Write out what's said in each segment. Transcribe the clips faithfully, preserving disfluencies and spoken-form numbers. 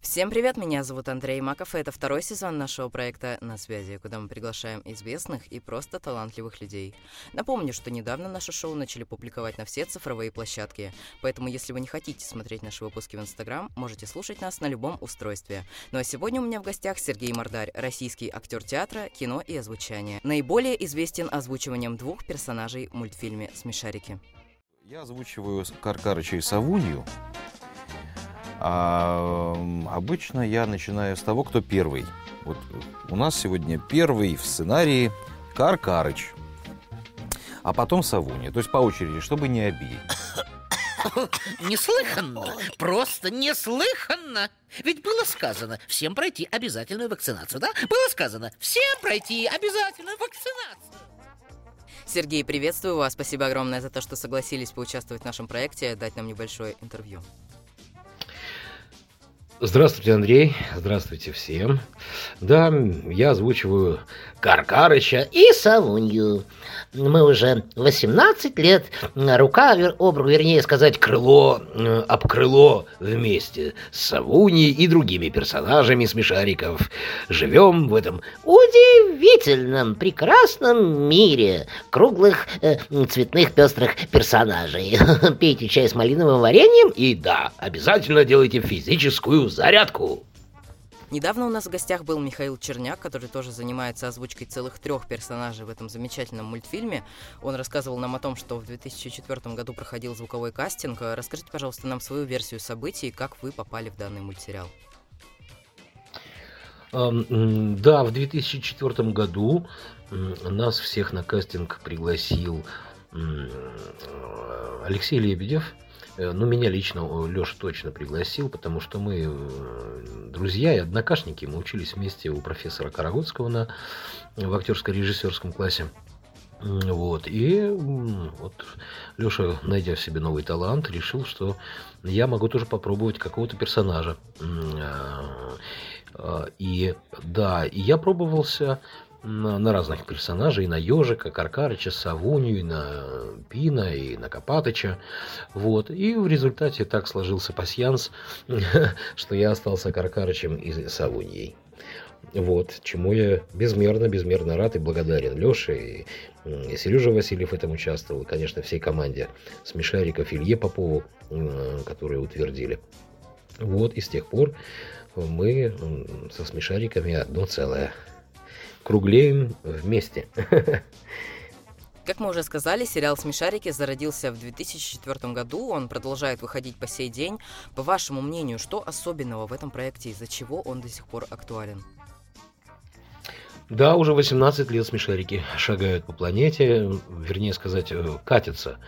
Всем привет, меня зовут Андрей Маков, и это второй сезон нашего проекта «На связи», куда мы приглашаем известных и просто талантливых людей. Напомню, что недавно наше шоу начали публиковать на все цифровые площадки, поэтому если вы не хотите смотреть наши выпуски в Инстаграм, можете слушать нас на любом устройстве. Ну а сегодня у меня в гостях Сергей Мордарь, российский актер театра, кино и озвучания. Наиболее известен озвучиванием двух персонажей в мультфильме «Смешарики». Я озвучиваю Каркарыча и Савунью. А обычно я начинаю с того, кто первый. Вот у нас сегодня первый в сценарии Каркарыч, а потом Савунья. То есть по очереди, чтобы не обидеть. Неслыханно, просто неслыханно. Ведь было сказано всем пройти обязательную вакцинацию, да? Было сказано всем пройти обязательную вакцинацию. Сергей, приветствую вас. Спасибо огромное за то, что согласились поучаствовать в нашем проекте, дать нам небольшое интервью. Здравствуйте, Андрей. Здравствуйте всем. Да, я озвучиваю Каркарыча и Савунью. Мы уже восемнадцать лет рука об руку, вернее сказать, крыло об крыло вместе с Савуньей и другими персонажами смешариков живем в этом удивительном, прекрасном мире круглых, э, цветных, пестрых персонажей. Пейте чай с малиновым вареньем и, да, обязательно делайте физическую зарядку. Недавно у нас в гостях был Михаил Черняк, который тоже занимается озвучкой целых трех персонажей в этом замечательном мультфильме. Он рассказывал нам о том, что в две тысячи четвёртом году проходил звуковой кастинг. Расскажите, пожалуйста, нам свою версию событий, как вы попали в данный мультсериал. Да, в две тысячи четвёртом году нас всех на кастинг пригласил Алексей Лебедев. Ну, меня лично Леша точно пригласил, потому что мы друзья и однокашники. Мы учились вместе у профессора Карагодского на, в актерско-режиссерском классе. Вот. И вот Леша, найдя в себе новый талант, решил, что я могу тоже попробовать какого-то персонажа. И да, и я пробовался на, на разных персонажей, и на Ежика, Каркарыча, Савунью, и на Пина, и на Копатыча. Вот. И в результате так сложился пасьянс, что я остался Каркарычем и Савуньей. Вот. Чему я безмерно-безмерно рад и благодарен Леше, и, и Сережа Васильев в этом участвовал, и, конечно, всей команде смешариков, Илье Попову, которые утвердили. Вот. И с тех пор мы со смешариками одно целое. Круглеем вместе. Как мы уже сказали, сериал «Смешарики» зародился в две тысячи четвёртом году, он продолжает выходить по сей день. По вашему мнению, что особенного в этом проекте, из-за чего он до сих пор актуален? Да, уже восемнадцать лет смешарики шагают по планете, вернее сказать, катятся.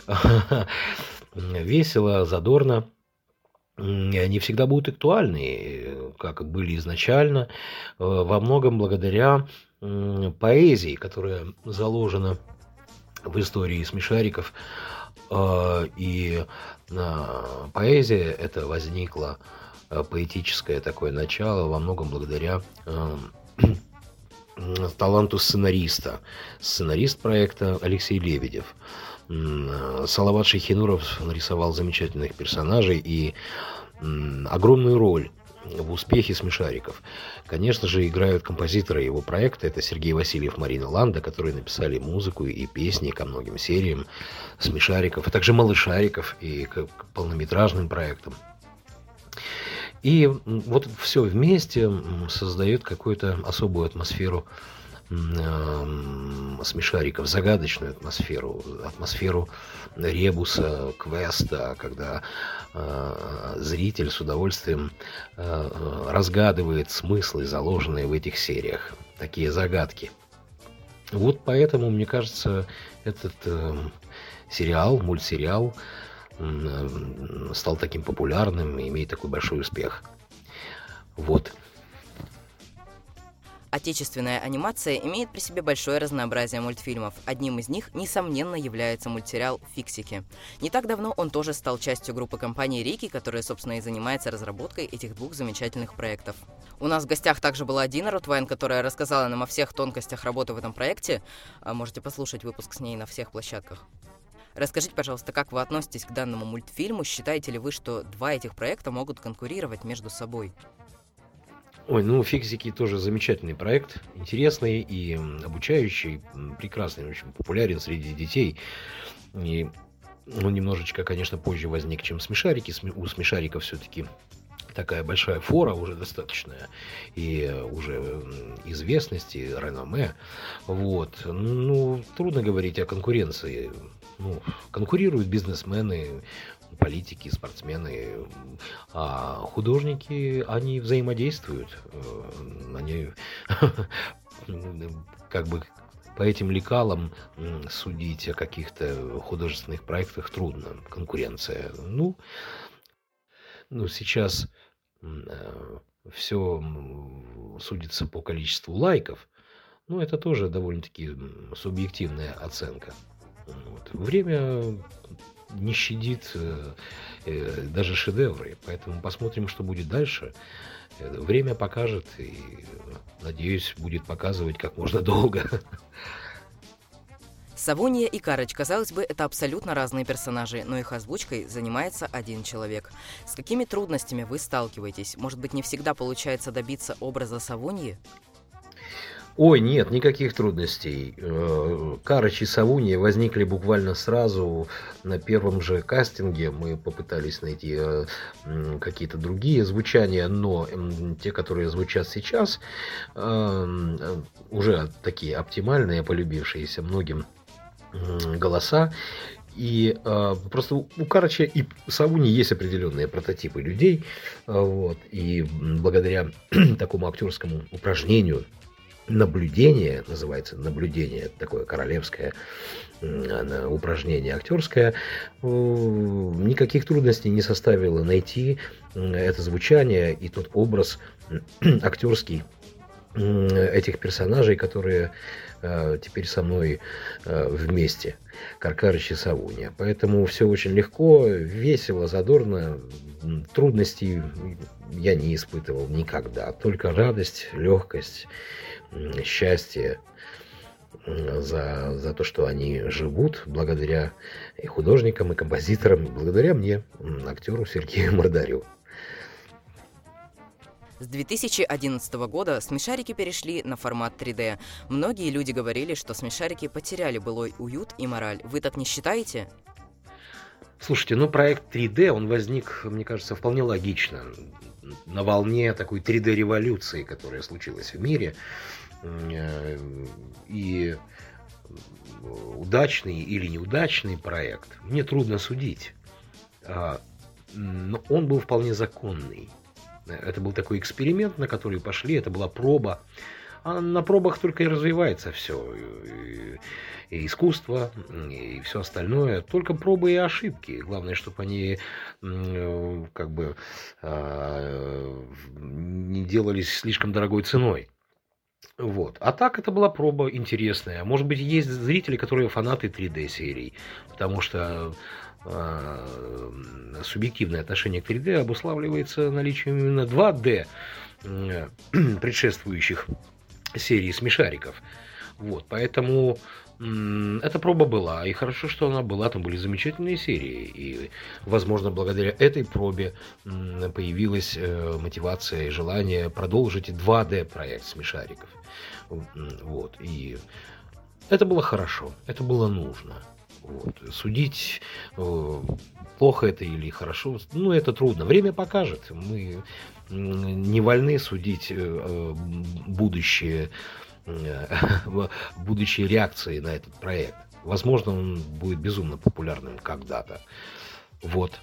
Весело, задорно. Они всегда будут актуальны, как были изначально, во многом благодаря поэзии, которая заложена в истории смешариков. И поэзия эта возникла, поэтическое такое начало, во многом благодаря таланту сценариста. Сценарист проекта Алексей Лебедев. Салават Шайхинуров нарисовал замечательных персонажей и огромную роль в успехе смешариков. Конечно же, играют композиторы его проекта. Это Сергей Васильев, Марина Ланда, которые написали музыку и песни ко многим сериям смешариков, а также малышариков и к полнометражным проектам. И вот все вместе создает какую-то особую атмосферу смешариков, загадочную атмосферу, атмосферу ребуса, квеста, когда э, зритель с удовольствием э, разгадывает смыслы, заложенные в этих сериях, такие загадки. Вот поэтому, мне кажется, этот э, сериал, мультсериал э, стал таким популярным и имеет такой большой успех. Вот. Отечественная анимация имеет при себе большое разнообразие мультфильмов. Одним из них, несомненно, является мультсериал «Фиксики». Не так давно он тоже стал частью группы компании «Рики», которая, собственно, и занимается разработкой этих двух замечательных проектов. У нас в гостях также была Дина Рутвайн, которая рассказала нам о всех тонкостях работы в этом проекте. Можете послушать выпуск с ней на всех площадках. Расскажите, пожалуйста, как вы относитесь к данному мультфильму? Считаете ли вы, что два этих проекта могут конкурировать между собой? Ой, ну «Фиксики» тоже замечательный проект, интересный и обучающий, прекрасный, очень популярен среди детей. И он немножечко, конечно, позже возник, чем «Смешарики». У «Смешариков» все-таки такая большая фора уже достаточная, и уже известность, и реноме. Вот. Ну, трудно говорить о конкуренции. Ну, конкурируют бизнесмены, политики, спортсмены, а художники, они взаимодействуют. Они как бы по этим лекалам судить о каких-то художественных проектах трудно. Конкуренция. Ну, ну сейчас все судится по количеству лайков, но это тоже довольно-таки субъективная оценка. Вот. Время не щадит э, э, даже шедевры, поэтому посмотрим, что будет дальше. Время покажет и, надеюсь, будет показывать как можно долго. Савунья и Карыч, казалось бы, это абсолютно разные персонажи, но их озвучкой занимается один человек. С какими трудностями вы сталкиваетесь? Может быть, не всегда получается добиться образа Савуньи? Ой, нет, никаких трудностей. Карыч и Савунья возникли буквально сразу на первом же кастинге. Мы попытались найти какие-то другие звучания, но те, которые звучат сейчас, уже такие оптимальные, полюбившиеся многим голоса. И э, просто у Карыча и Савуньи есть определенные прототипы людей. Вот, и благодаря такому актерскому упражнению наблюдение, называется наблюдение, такое королевское э, упражнение актерское, э, никаких трудностей не составило найти э, это звучание и тот образ э, актерский э, этих персонажей, которые э, теперь со мной э, вместе, Каркарыч и Савунья. Поэтому все очень легко, весело, задорно, трудностей я не испытывал никогда, только радость, легкость, счастье за, за то, что они живут, благодаря и художникам, и композиторам, и благодаря мне, актеру Сергею Мордарю. С две тысячи одиннадцатого года смешарики перешли на формат три дэ. Многие люди говорили, что смешарики потеряли былой уют и мораль. Вы так не считаете? Слушайте, ну проект три дэ, он возник, мне кажется, вполне логично. На волне такой три дэ-революции, которая случилась в мире. И удачный или неудачный проект, мне трудно судить. Но он был вполне законный. Это был такой эксперимент, на который пошли, это была проба. А на пробах только и развивается все. И, и искусство, и все остальное. Только пробы и ошибки. Главное, чтобы они как бы не делались слишком дорогой ценой. Вот. А так это была проба интересная. Может быть, есть зрители, которые фанаты три дэ-серий. Потому что субъективное отношение к три дэ обуславливается наличием именно два дэ предшествующих серии смешариков. Вот, поэтому м- эта проба была, и хорошо, что она была, там были замечательные серии, и, возможно, благодаря этой пробе м- появилась э, мотивация и желание продолжить и два дэ-проект смешариков. Вот, и это было хорошо, это было нужно. Вот. Судить, э, плохо это или хорошо, ну, это трудно. Время покажет. Мы не вольны судить э, будущее, э, будущие реакции на этот проект. Возможно, он будет безумно популярным когда-то. Вот.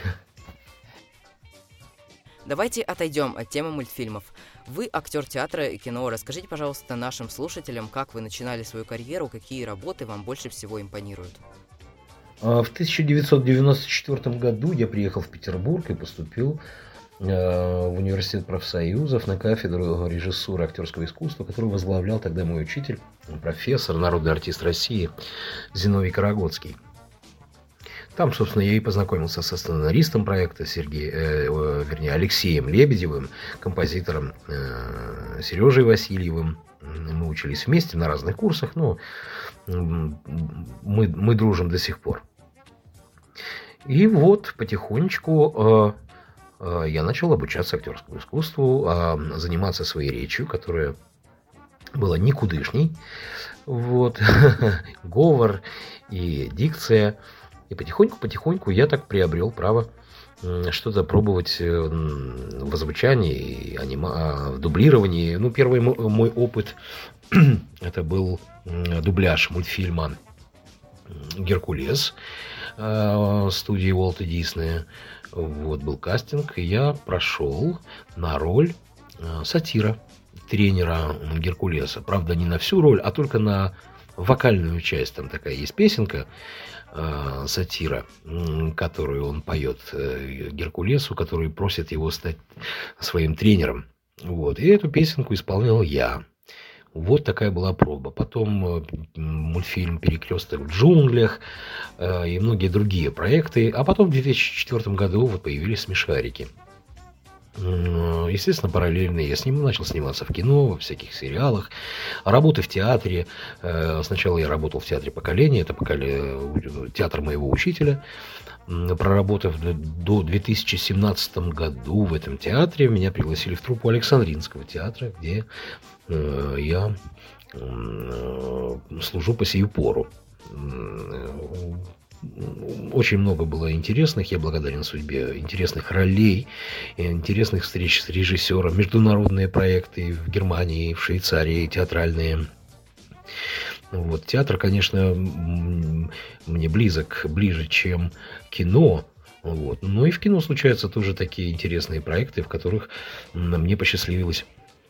Давайте отойдем от темы мультфильмов. Вы актер театра и кино. Расскажите, пожалуйста, нашим слушателям, как вы начинали свою карьеру, какие работы вам больше всего импонируют. В тысяча девятьсот девяносто четвёртом году я приехал в Петербург и поступил в университет профсоюзов на кафедру режиссуры актерского искусства, которую возглавлял тогда мой учитель, профессор, народный артист России Зиновий Карагодский. Там, собственно, я и познакомился со сценаристом проекта Сергеем, э, вернее, Алексеем Лебедевым, композитором э, Сережей Васильевым. Мы учились вместе на разных курсах, но мы, мы дружим до сих пор. И вот потихонечку э, я начал обучаться актерскому искусству, а заниматься своей речью, которая была никудышней. Вот. Говор и дикция. И потихоньку-потихоньку я так приобрел право что-то пробовать в озвучании, анима... в дублировании. Ну, первый мой опыт это был дубляж мультфильма «Геркулес» студии Уолта Диснея. Вот был кастинг, и я прошел на роль сатира, тренера Геркулеса. Правда, не на всю роль, а только на вокальную часть. Там такая есть песенка э, сатира, которую он поет э, Геркулесу, который просит его стать своим тренером. Вот. И эту песенку исполнял я. Вот такая была проба. Потом э, мультфильм «Перекресток в джунглях» э, и многие другие проекты. А потом в две тысячи четвёртом году вот появились «Смешарики». Естественно, параллельно я с ним начал сниматься в кино, во всяких сериалах, работы в театре. Сначала я работал в театре «Поколение», это поколение, театр моего учителя. Проработав до две тысячи семнадцатом году в этом театре, меня пригласили в труппу Александринского театра, где я служу по сию пору. Очень много было интересных, я благодарен судьбе, интересных ролей, интересных встреч с режиссером, международные проекты в Германии, в Швейцарии, театральные. Вот. Театр, конечно, мне близок, ближе, чем кино. Вот. Но и в кино случаются тоже такие интересные проекты, в которых мне посчастливилось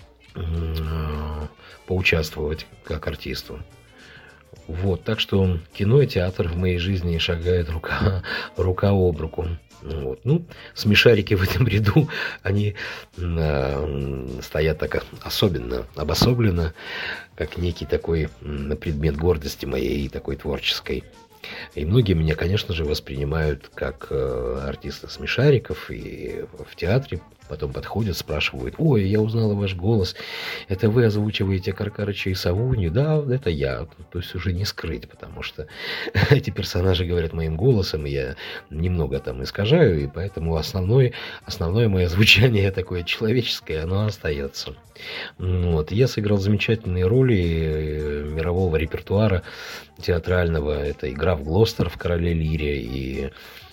поучаствовать как артисту. Вот, так что кино и театр в моей жизни шагают рука, рука об руку. Вот. Ну, смешарики в этом ряду, они э, стоят так особенно, обособленно, как некий такой предмет гордости моей, такой творческой. И многие меня, конечно же, воспринимают как э, артиста смешариков, и в театре потом подходят, спрашивают: ой, я узнала ваш голос, это вы озвучиваете Каркарыча и Савунью? Да, это я. То есть уже не скрыть, потому что эти персонажи говорят моим голосом, и я немного там искажаю, и поэтому основной, основное мое звучание такое человеческое, оно остается. Вот. Я сыграл замечательные роли мирового репертуара театрального. Это игра в Глостер в «Короле Лире», и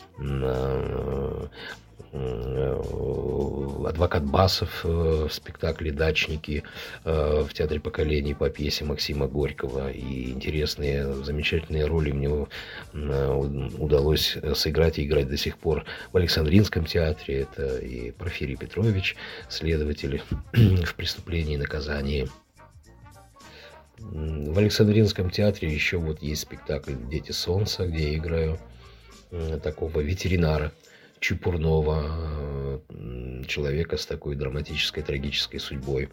адвокат Басов в спектакле «Дачники» в театре «Поколений» по пьесе Максима Горького. И интересные, замечательные роли мне удалось сыграть и играть до сих пор в Александринском театре. Это и Порфирий Петрович, следователь в «Преступлении и наказании». В Александринском театре еще вот есть спектакль «Дети солнца», где я играю такого ветеринара чепурного, человека с такой драматической, трагической судьбой.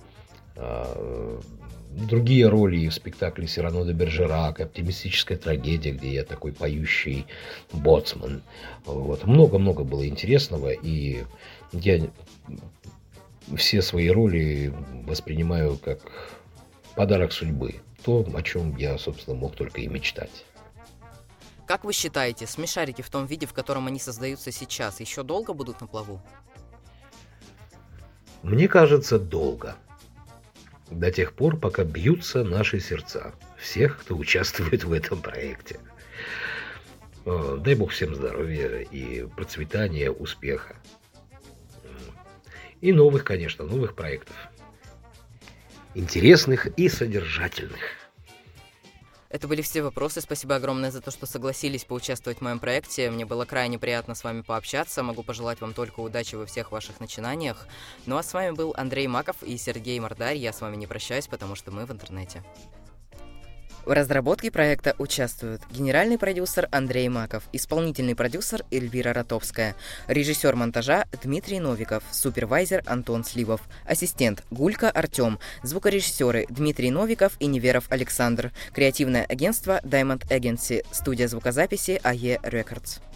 Другие роли и в спектакле «Сирано де Бержерак», «Оптимистическая трагедия», где я такой поющий боцман. Вот. Много-много было интересного, и я все свои роли воспринимаю как подарок судьбы. То, о чем я, собственно, мог только и мечтать. Как вы считаете, смешарики в том виде, в котором они создаются сейчас, еще долго будут на плаву? Мне кажется, долго. До тех пор, пока бьются наши сердца всех, кто участвует в этом проекте. Дай Бог всем здоровья и процветания, успеха. И новых, конечно, новых проектов. Интересных и содержательных. Это были все вопросы. Спасибо огромное за то, что согласились поучаствовать в моем проекте. Мне было крайне приятно с вами пообщаться. Могу пожелать вам только удачи во всех ваших начинаниях. Ну а с вами был Андрей Маков и Сергей Мордарь. Я с вами не прощаюсь, потому что мы в интернете. В разработке проекта участвуют генеральный продюсер Андрей Маков, исполнительный продюсер Эльвира Ротовская, режиссер монтажа Дмитрий Новиков, супервайзер Антон Сливов, ассистент Гулька Артем, звукорежиссеры Дмитрий Новиков и Неверов Александр, креативное агентство Diamond Agency, студия звукозаписи эй и Records.